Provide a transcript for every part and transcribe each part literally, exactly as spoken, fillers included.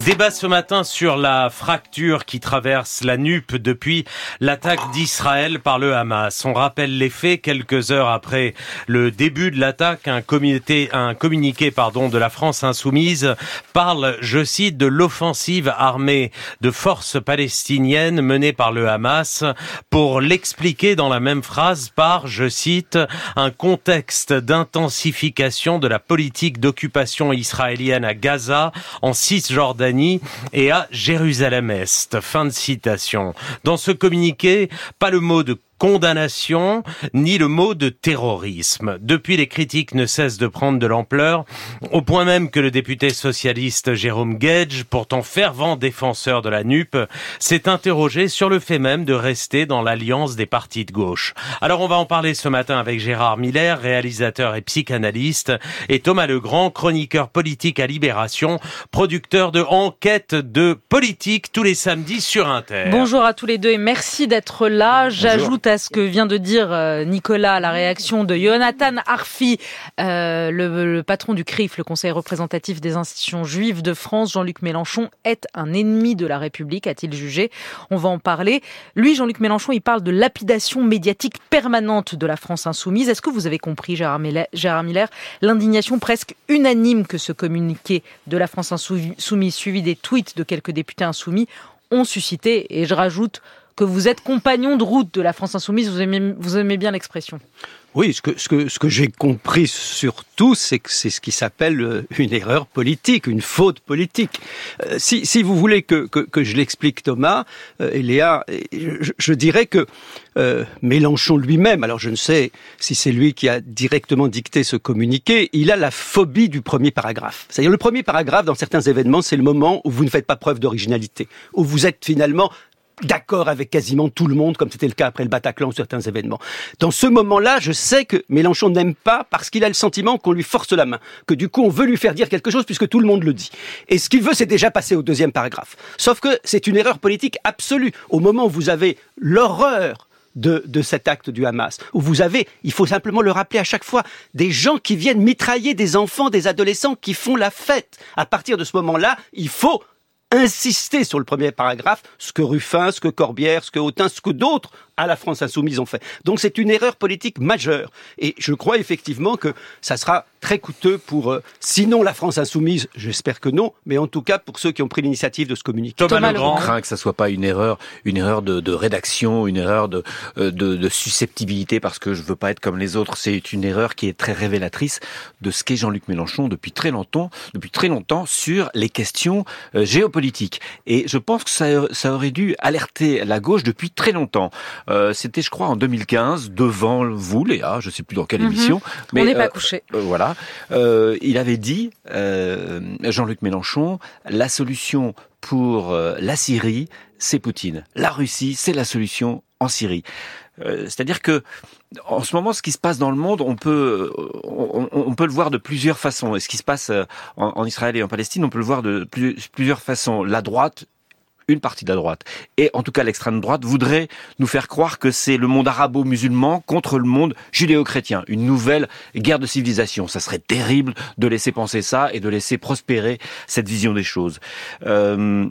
Débat ce matin sur la fracture qui traverse la N U P depuis l'attaque d'Israël par le Hamas. On rappelle les faits quelques heures après le début de l'attaque. Un communiqué, un communiqué pardon, de la France insoumise parle, je cite, de l'offensive armée de forces palestiniennes menée par le Hamas pour l'expliquer dans la même phrase par, je cite, un contexte d'intensification de la politique d'occupation israélienne à Gaza, en Cisjordanie et à Jérusalem-Est. Fin de citation. Dans ce communiqué, pas le mot de condamnation, ni le mot de terrorisme. Depuis, les critiques ne cessent de prendre de l'ampleur, au point même que le député socialiste Jérôme Guedj, pourtant fervent défenseur de la N U P, s'est interrogé sur le fait même de rester dans l'alliance des partis de gauche. Alors on va en parler ce matin avec Gérard Miller, réalisateur et psychanalyste, et Thomas Legrand, chroniqueur politique à Libération, producteur de Enquête de politique tous les samedis sur Inter. Bonjour à tous les deux et merci d'être là. J'ajoute à ce que vient de dire Nicolas, la réaction de Yonatan Arfi, euh, le, le patron du C R I F, le Conseil représentatif des institutions juives de France. Jean-Luc Mélenchon est un ennemi de la République, a-t-il jugé. On va en parler. Lui, Jean-Luc Mélenchon, il parle de lapidation médiatique permanente de la France insoumise. Est-ce que vous avez compris, Gérard Miller, Gérard Miller, l'indignation presque unanime que ce communiqué de la France insoumise, suivi des tweets de quelques députés insoumis, ont suscité? Et je rajoute que vous êtes compagnon de route de la France insoumise, vous aimez, vous aimez bien l'expression. Oui, ce que, ce que, ce que j'ai compris surtout, c'est que c'est ce qui s'appelle une erreur politique, une faute politique. Euh, si, si vous voulez que, que, que je l'explique, Thomas euh, et Léa, je, je dirais que euh, Mélenchon lui-même, alors je ne sais si c'est lui qui a directement dicté ce communiqué, il a la phobie du premier paragraphe. C'est-à-dire le premier paragraphe, dans certains événements, c'est le moment où vous ne faites pas preuve d'originalité, où vous êtes finalement d'accord avec quasiment tout le monde, comme c'était le cas après le Bataclan ou certains événements. Dans ce moment-là, je sais que Mélenchon n'aime pas parce qu'il a le sentiment qu'on lui force la main, que du coup on veut lui faire dire quelque chose puisque tout le monde le dit. Et ce qu'il veut, c'est déjà passer au deuxième paragraphe. Sauf que c'est une erreur politique absolue. Au moment où vous avez l'horreur de, de cet acte du Hamas, où vous avez, il faut simplement le rappeler à chaque fois, des gens qui viennent mitrailler des enfants, des adolescents qui font la fête. À partir de ce moment-là, il faut insister sur le premier paragraphe, ce que Ruffin, ce que Corbière, ce que Autain, ce que d'autres à la France insoumise ont fait. Donc c'est une erreur politique majeure. Et je crois effectivement que ça sera très coûteux pour, euh, sinon la France insoumise, j'espère que non, mais en tout cas pour ceux qui ont pris l'initiative de ce communiqué. Thomas Legrand. Je crains que ça soit pas une erreur, une erreur de, de rédaction, une erreur de, de, de susceptibilité, parce que je veux pas être comme les autres. C'est une erreur qui est très révélatrice de ce qu'est Jean-Luc Mélenchon depuis très longtemps, depuis très longtemps sur les questions euh, géopolitiques. Et je pense que ça, ça aurait dû alerter la gauche depuis très longtemps. Euh, c'était, je crois, en deux mille quinze, devant vous, Léa, je sais plus dans quelle mm-hmm. émission. Mais, On n'est euh, pas couché. Euh, voilà. Euh, il avait dit, euh, Jean-Luc Mélenchon, la solution pour euh, la Syrie, c'est Poutine. La Russie, c'est la solution en Syrie. Euh, c'est-à-dire que, en ce moment, ce qui se passe dans le monde, on peut, on, on peut le voir de plusieurs façons. Et ce qui se passe en, en Israël et en Palestine, on peut le voir de plus, plusieurs façons. La droite, une partie de la droite, et en tout cas l'extrême droite, voudrait nous faire croire que c'est le monde arabo-musulman contre le monde judéo-chrétien. Une nouvelle guerre de civilisation. Ça serait terrible de laisser penser ça et de laisser prospérer cette vision des choses. Euh,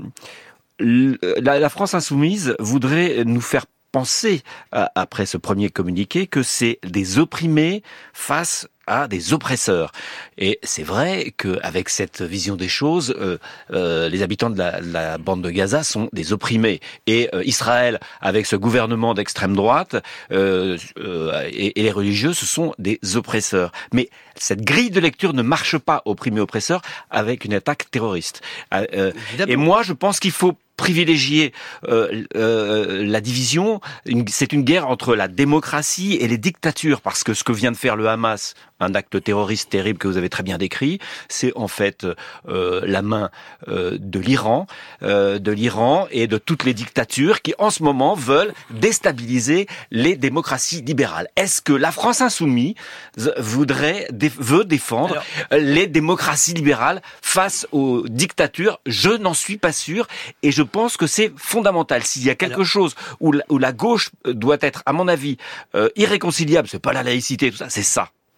la, la France insoumise voudrait nous faire penser, après ce premier communiqué, que c'est des opprimés face à des oppresseurs. Et c'est vrai qu'avec cette vision des choses, euh, euh, les habitants de la, de la bande de Gaza sont des opprimés. Et euh, Israël, avec ce gouvernement d'extrême droite, euh, euh, et, et les religieux, ce sont des oppresseurs. Mais cette grille de lecture ne marche pas, opprimé-oppresseur, avec une attaque terroriste. Euh, et moi, je pense qu'il faut privilégier euh, euh, la division. Une, c'est une guerre entre la démocratie et les dictatures, parce que ce que vient de faire le Hamas, un acte terroriste terrible que vous avez très bien décrit, c'est en fait euh, la main euh, de l'Iran, euh, de l'Iran et de toutes les dictatures qui en ce moment veulent déstabiliser les démocraties libérales. Est-ce que la France insoumise voudrait, dé, veut défendre Alors... les démocraties libérales face aux dictatures? Je n'en suis pas sûr, et je pense que c'est fondamental. S'il y a quelque Alors... chose où la, où la gauche doit être, à mon avis, euh, irréconciliable, c'est pas la laïcité, tout ça, c'est ça.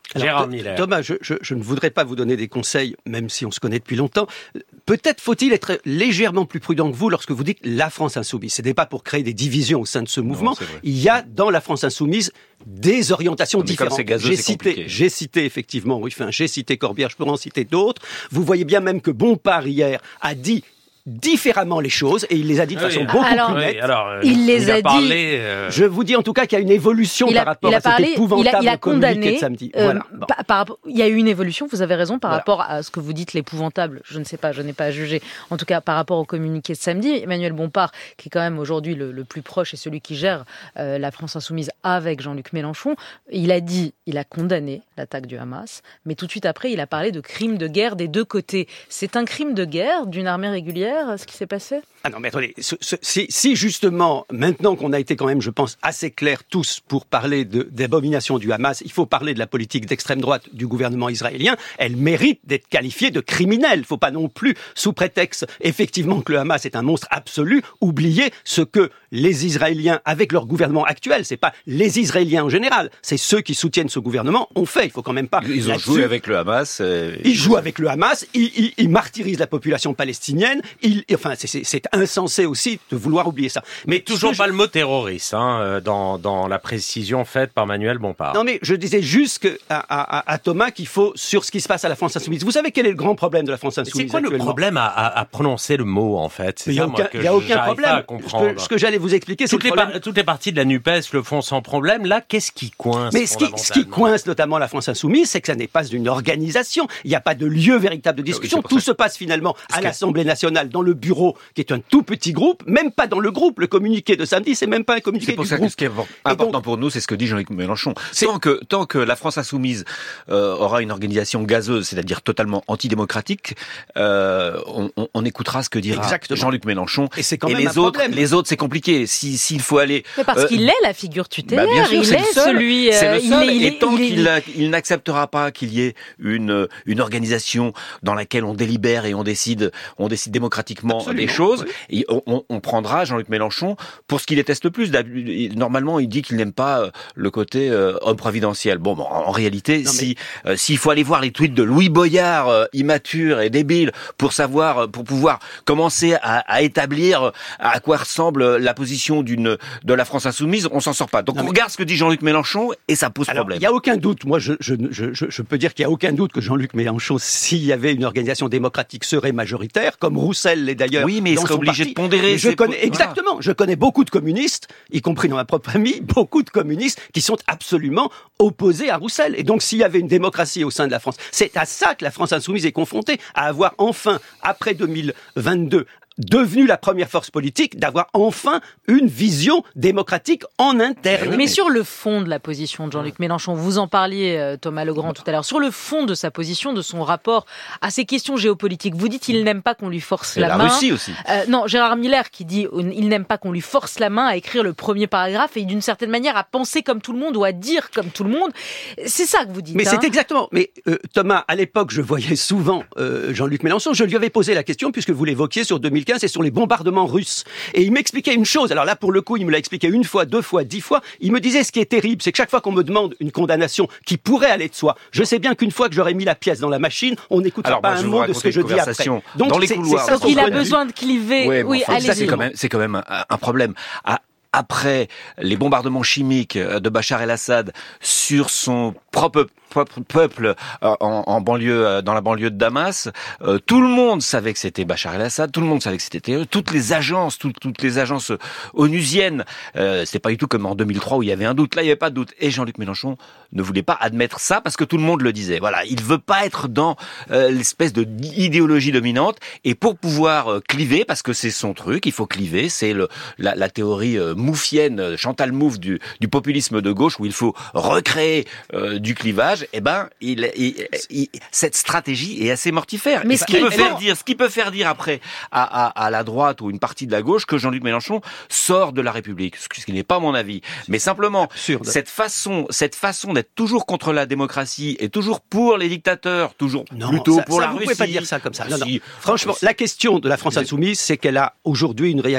Alors, Gérard Miller. Thomas, je, je, je ne voudrais pas vous donner des conseils, même si on se connaît depuis longtemps. Peut-être faut-il être légèrement plus prudent que vous lorsque vous dites la France insoumise. Ce n'est pas pour créer des divisions au sein de ce mouvement. Non, il y a dans la France insoumise des orientations différentes. C'est gazeux, j'ai c'est cité, compliqué. j'ai cité effectivement, oui, enfin, j'ai cité Corbière, je pourrais en citer d'autres. Vous voyez bien même que Bompard hier a dit différemment les choses et il les a dit de oui. façon beaucoup alors, plus nette. Oui, alors, euh, il les il a, a parlé, dit. Euh... Je vous dis en tout cas qu'il y a une évolution il a, par rapport il a à parlé, cet épouvantable il a, il a communiqué condamné, de samedi. Euh, voilà. Bon. par, par, il y a eu une évolution, vous avez raison, par voilà. rapport à ce que vous dites, l'épouvantable. Je ne sais pas, je n'ai pas à juger. En tout cas, par rapport au communiqué de samedi, Emmanuel Bompard, qui est quand même aujourd'hui le, le plus proche et celui qui gère euh, la France insoumise avec Jean-Luc Mélenchon, il a dit, il a condamné l'attaque du Hamas, mais tout de suite après, il a parlé de crimes de guerre des deux côtés. C'est un crime de guerre d'une armée régulière, ce qui s'est passé ? Ah non, mais attendez, ce, ce, si, si justement, maintenant qu'on a été quand même, je pense, assez clairs tous pour parler de, d'abomination du Hamas, il faut parler de la politique d'extrême droite du gouvernement israélien, elle mérite d'être qualifiée de criminelle. Il ne faut pas non plus, sous prétexte effectivement que le Hamas est un monstre absolu, oublier ce que les Israéliens, avec leur gouvernement actuel, c'est pas les Israéliens en général, c'est ceux qui soutiennent ce gouvernement, ont fait. Il faut quand même pas... Ils ont là-dessus. joué avec le Hamas. Euh... Ils jouent avec le Hamas, ils, ils, ils martyrisent la population palestinienne, ils, enfin, c'est, c'est, c'est insensé aussi de vouloir oublier ça. Mais, mais toujours pas je... le mot terroriste hein, dans, dans la précision faite par Manuel Bompard. Non mais je disais juste que, à, à, à Thomas qu'il faut, sur ce qui se passe à la France insoumise. Vous savez quel est le grand problème de la France insoumise? C'est quoi le problème à, à, à prononcer le mot en fait? Il n'y a aucun, y a aucun problème. Ce que, ce que j'allais vous expliquer, c'est toutes le les, problème... par, toutes les parties de la NUPES le font sans problème. Là, qu'est-ce qui coince? Mais ce qui, ce qui coince notamment la France insoumise, c'est que ça n'est pas une organisation. Il n'y a pas de lieu véritable de discussion. Oui, tout ça. se passe finalement à que... l'Assemblée nationale, dans le bureau, qui est un tout petit groupe, même pas dans le groupe. Le communiqué de samedi, c'est même pas un communiqué du groupe. C'est pour ça que ce qui est important donc, pour nous, c'est ce que dit Jean-Luc Mélenchon. Tant que, tant que la France insoumise euh, aura une organisation gazeuse, c'est-à-dire totalement antidémocratique, euh, on, on, on écoutera ce que dira Exactement. Jean-Luc Mélenchon. Et, c'est quand et même les un autres, problème. les autres, c'est compliqué. Si, s'il faut aller, mais parce euh, qu'il est la figure tutélaire, bah bien sûr, il c'est est le seul, celui. Euh, c'est le seul. Il est, il et tant il est, qu'il a, il n'acceptera pas qu'il y ait une une organisation dans laquelle on délibère et on décide, on décide démocratiquement Absolument, des choses, oui. et on, on, on prendra Jean-Luc Mélenchon pour ce qu'il déteste le plus. Normalement, il dit qu'il n'aime pas le côté euh, homme providentiel. Bon, bon, en réalité, non, si mais... euh, s'il faut aller voir les tweets de Louis Boyard, euh, immature et débile, pour savoir, pour pouvoir commencer à, à établir à quoi ressemble la position d'une de la France insoumise, on s'en sort pas. Donc non, on mais... regarde ce que dit Jean-Luc Mélenchon et ça pose Alors, problème. Il y a aucun doute. Moi, je, je, je, je, je peux dire qu'il y a aucun doute que Jean-Luc Mélenchon, s'il y avait une organisation démocratique, serait majoritaire, comme Roussel l'est d'ailleurs. Oui, mais il serait obligé parti. de pondérer. Je connais voilà. exactement. Je connais beaucoup de communistes, y compris dans ma propre famille, beaucoup de communistes qui sont absolument opposés à Roussel. Et donc, s'il y avait une démocratie au sein de la France, c'est à ça que la France insoumise est confrontée, à avoir enfin, après deux mille vingt-deux, devenue la première force politique, d'avoir enfin une vision démocratique en interne. Mais sur le fond de la position de Jean-Luc Mélenchon, vous en parliez, Thomas Legrand, tout à l'heure, sur le fond de sa position, de son rapport à ces questions géopolitiques, vous dites qu'il n'aime pas qu'on lui force et la, la main. La Russie aussi. Euh, non, Gérard Miller qui dit il n'aime pas qu'on lui force la main à écrire le premier paragraphe et d'une certaine manière à penser comme tout le monde ou à dire comme tout le monde. C'est ça que vous dites. Mais hein. c'est exactement. Mais euh, Thomas, à l'époque, je voyais souvent euh, Jean-Luc Mélenchon. Je lui avais posé la question puisque vous l'évoquiez sur deux mille quinze et sur les bombardements russes. Et il m'expliquait une chose. Alors là, pour le coup, il me l'a expliqué une fois, deux fois, dix fois. Il me disait ce qui est terrible, c'est que chaque fois qu'on me demande une condamnation qui pourrait aller de soi, je sais bien qu'une fois que j'aurai mis la pièce dans la machine, on n'écoutera Alors, pas moi, un mot de ce que je dis après. Donc dans les c'est, couloirs. C'est ça qu'il a besoin de cliver. Ouais, oui, enfin, allez-y. Ça, c'est quand même, c'est quand même un, un problème. À, après les bombardements chimiques de Bachar el-Assad sur son propre peuple en, en banlieue, dans la banlieue de Damas, euh, tout le monde savait que c'était Bachar el-Assad, tout le monde savait que c'était eux, toutes les agences, tout, toutes les agences onusiennes, euh, c'est pas du tout comme en deux mille trois où il y avait un doute, là il y avait pas de doute. Et Jean-Luc Mélenchon ne voulait pas admettre ça parce que tout le monde le disait. Voilà, il veut pas être dans euh, l'espèce de idéologie dominante et pour pouvoir euh, cliver, parce que c'est son truc, il faut cliver, c'est le, la, la théorie euh, mouffienne, Chantal Mouffe du, du populisme de gauche où il faut recréer euh, du clivage. Eh ben, il, il, il, cette stratégie est assez mortifère. Mais ce qui peut faire dire, ce qui peut faire dire après à, à, à la droite ou une partie de la gauche que Jean-Luc Mélenchon sort de la République, ce qui n'est pas mon avis. Mais simplement, absurde. cette façon, cette façon d'être toujours contre la démocratie et toujours pour les dictateurs, toujours non, plutôt ça, pour ça, la vous Russie. Vous pouvez pas dire ça comme ça. Non, non. Si, Franchement, la question de la France insoumise, c'est qu'elle a aujourd'hui une réaction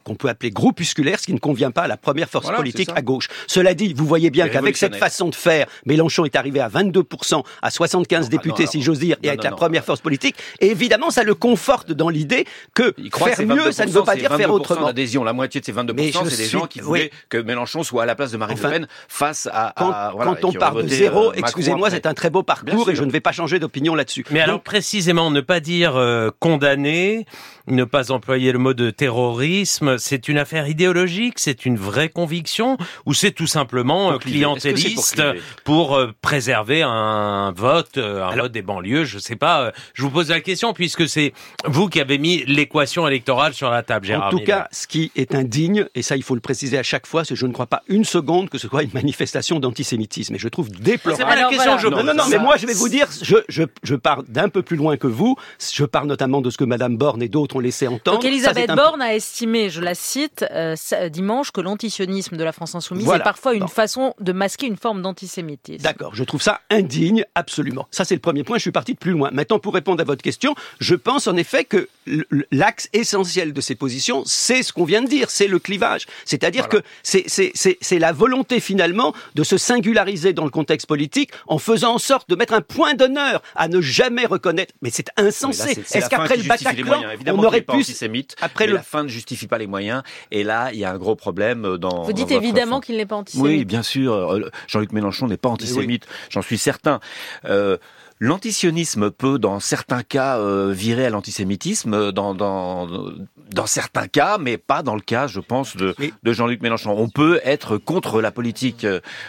qu'on peut appeler groupusculaire, ce qui ne convient pas à la première force voilà, politique à gauche. Cela dit, vous voyez bien qu'avec cette façon de faire, Mélenchon est arrivé à vingt-deux pour cent, à soixante-quinze non, députés, non, alors, si j'ose dire, et avec non, la non, première non. force politique. Et évidemment, ça le conforte dans l'idée que faire que mieux, ça ne veut pas dire faire autrement. D'adhésion, la moitié de ces vingt-deux pour cent, c'est des suis... gens qui voulaient oui. que Mélenchon soit à la place de Marine enfin, Le Pen face à... Quand, à, voilà, quand on part de zéro, euh, excusez-moi, c'est un très beau parcours et je ne vais pas changer d'opinion là-dessus. Mais Donc, alors précisément, ne pas dire euh, condamner, ne pas employer le mot de terrorisme, c'est une affaire idéologique, c'est une vraie conviction, ou c'est tout simplement euh, clientéliste pour, pour euh, préserver un vote, euh, un alors, vote des banlieues, je sais pas. Euh, je vous pose la question puisque c'est vous qui avez mis l'équation électorale sur la table, Gérard En tout Miller. cas, ce qui est indigne, et ça il faut le préciser à chaque fois, c'est que je ne crois pas une seconde que ce soit une manifestation d'antisémitisme, et je trouve déplorable. C'est pas la question voilà. que je pose. Non, non, non, mais moi je vais vous dire, je, je, je pars d'un peu plus loin que vous, je pars notamment de ce que Madame Borne et d'autres ont laissé entendre. Donc Elisabeth un... Borne a estimé, je la cite, euh, dimanche, que l'antisionisme de la France Insoumise voilà. est parfois une bon. façon de masquer une forme d'antisémitisme. D'accord, je trouve ça indigne, absolument. Ça c'est le premier point, je suis parti de plus loin. Maintenant, pour répondre à votre question, je pense en effet que l'axe essentiel de ces positions, c'est ce qu'on vient de dire, c'est le clivage. C'est-à-dire voilà. que c'est, c'est, c'est, c'est la volonté finalement de se singulariser dans le contexte politique en faisant en sorte de mettre un point d'honneur à ne jamais reconnaître. Mais c'est insensé. Mais là, c'est, c'est Est-ce qu'après le Bataclan, on aurait pu... antisémite, après le... la fin ne justifie pas les moyens. Et là, il y a un gros problème dans... Vous dites dans évidemment fin. qu'il n'est pas antisémite. Oui, bien sûr. Jean-Luc Mélenchon n'est pas antisémite. Oui. J'en suis certain. Euh, L'antisionisme peut, dans certains cas, euh, virer à l'antisémitisme, dans, dans, dans certains cas, mais pas dans le cas, je pense, de, oui. de Jean-Luc Mélenchon. On peut être contre la politique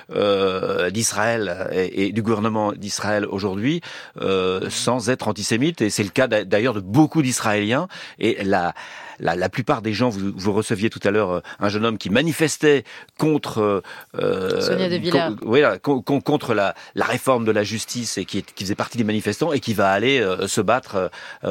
euh, d'Israël et, et du gouvernement d'Israël aujourd'hui euh, sans être antisémite, et c'est le cas d'ailleurs de beaucoup d'Israéliens. Et la... La, la plupart des gens, vous, vous receviez tout à l'heure un jeune homme qui manifestait contre euh, Sonia De Villers. Con, oui, con, con, contre la, la réforme de la justice et qui, est, qui faisait partie des manifestants et qui va aller euh, se battre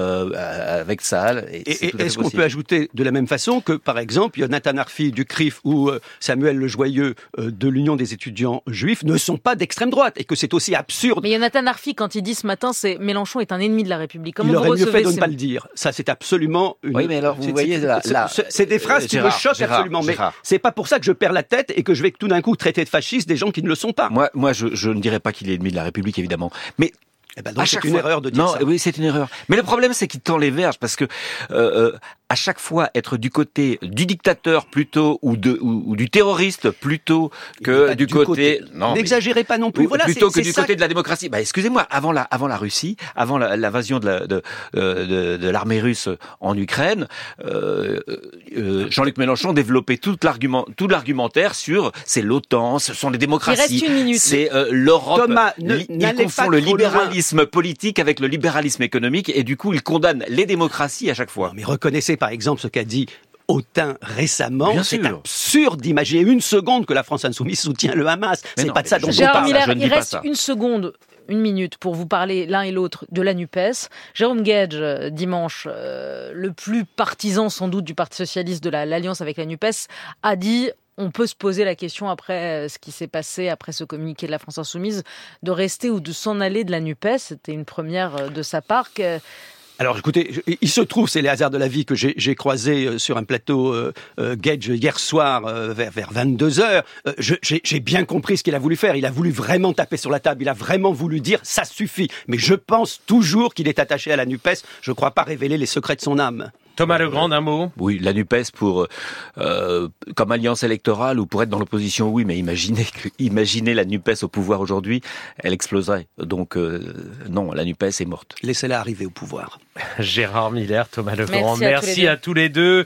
euh, avec Tsahal. Et, et, et est-ce qu'on peut ajouter de la même façon que, par exemple, Yonatan Arfi du C R I F ou euh, Samuel Lejoyeux euh, de l'Union des étudiants juifs ne sont pas d'extrême droite et que c'est aussi absurde. Mais Yonatan Arfi, quand il dit ce matin, c'est Mélenchon est un ennemi de la République. Comment il vous aurait mieux fait de ces... ne pas le dire. Ça, c'est absolument une... Oui, mais alors, vous voyez, là, là, c'est, c'est des phrases qui Gérard, me choquent Gérard, absolument, Gérard. mais c'est pas pour ça que je perds la tête et que je vais tout d'un coup traiter de fascistes des gens qui ne le sont pas. Moi, moi, je, je ne dirais pas qu'il est ennemi de la République, évidemment, mais eh ben donc c'est une fois... erreur de dire non, ça. Oui, c'est une erreur. Mais le problème, c'est qu'il tend les verges parce que euh, euh, à chaque fois être du côté du dictateur plutôt ou de ou, ou du terroriste plutôt que du, du côté, côté... non, n'exagérez mais... pas non plus. Voilà, plutôt c'est, que c'est du ça... côté de la démocratie. Bah, excusez-moi, avant la avant la Russie, avant la, l'invasion de, la, de, de, de l'armée russe en Ukraine, euh, euh, Jean-Luc Mélenchon développait tout l'argument, tout l'argumentaire sur c'est l'OTAN, ce sont les démocraties, c'est euh, l'Europe. Thomas, ne, il confond le libéralisme loin. politique avec le libéralisme économique et du coup il condamne les démocraties à chaque fois. Non, mais reconnaissez par exemple ce qu'a dit Autain récemment, Bien c'est sûr. absurde d'imaginer une seconde que la France Insoumise soutient le Hamas. Mais c'est non, pas de ça dont on parle. Miller, il reste une seconde, une minute pour vous parler l'un et l'autre de la NUPES. Jérôme Guedj, dimanche, euh, le plus partisan sans doute du Parti Socialiste de la, l'alliance avec la NUPES, a dit... On peut se poser la question après ce qui s'est passé, après ce communiqué de la France Insoumise, de rester ou de s'en aller de la NUPES. C'était une première de sa part. Que... Alors écoutez, il se trouve, c'est les hasards de la vie, que j'ai, j'ai croisé sur un plateau euh, euh, Guedj hier soir euh, vers, vers vingt-deux heures. Euh, je, j'ai, j'ai bien compris ce qu'il a voulu faire. Il a voulu vraiment taper sur la table. Il a vraiment voulu dire « ça suffit ». Mais je pense toujours qu'il est attaché à la NUPES. Je ne crois pas révéler les secrets de son âme. Thomas Legrand, un mot. Oui, la NUPES pour euh, comme alliance électorale ou pour être dans l'opposition, oui, mais imaginez que, imaginez la NUPES au pouvoir aujourd'hui, elle exploserait. Donc euh, non, la NUPES est morte. Laissez-la arriver au pouvoir. Gérard Miller, Thomas Legrand, merci, à, merci tous à tous les deux.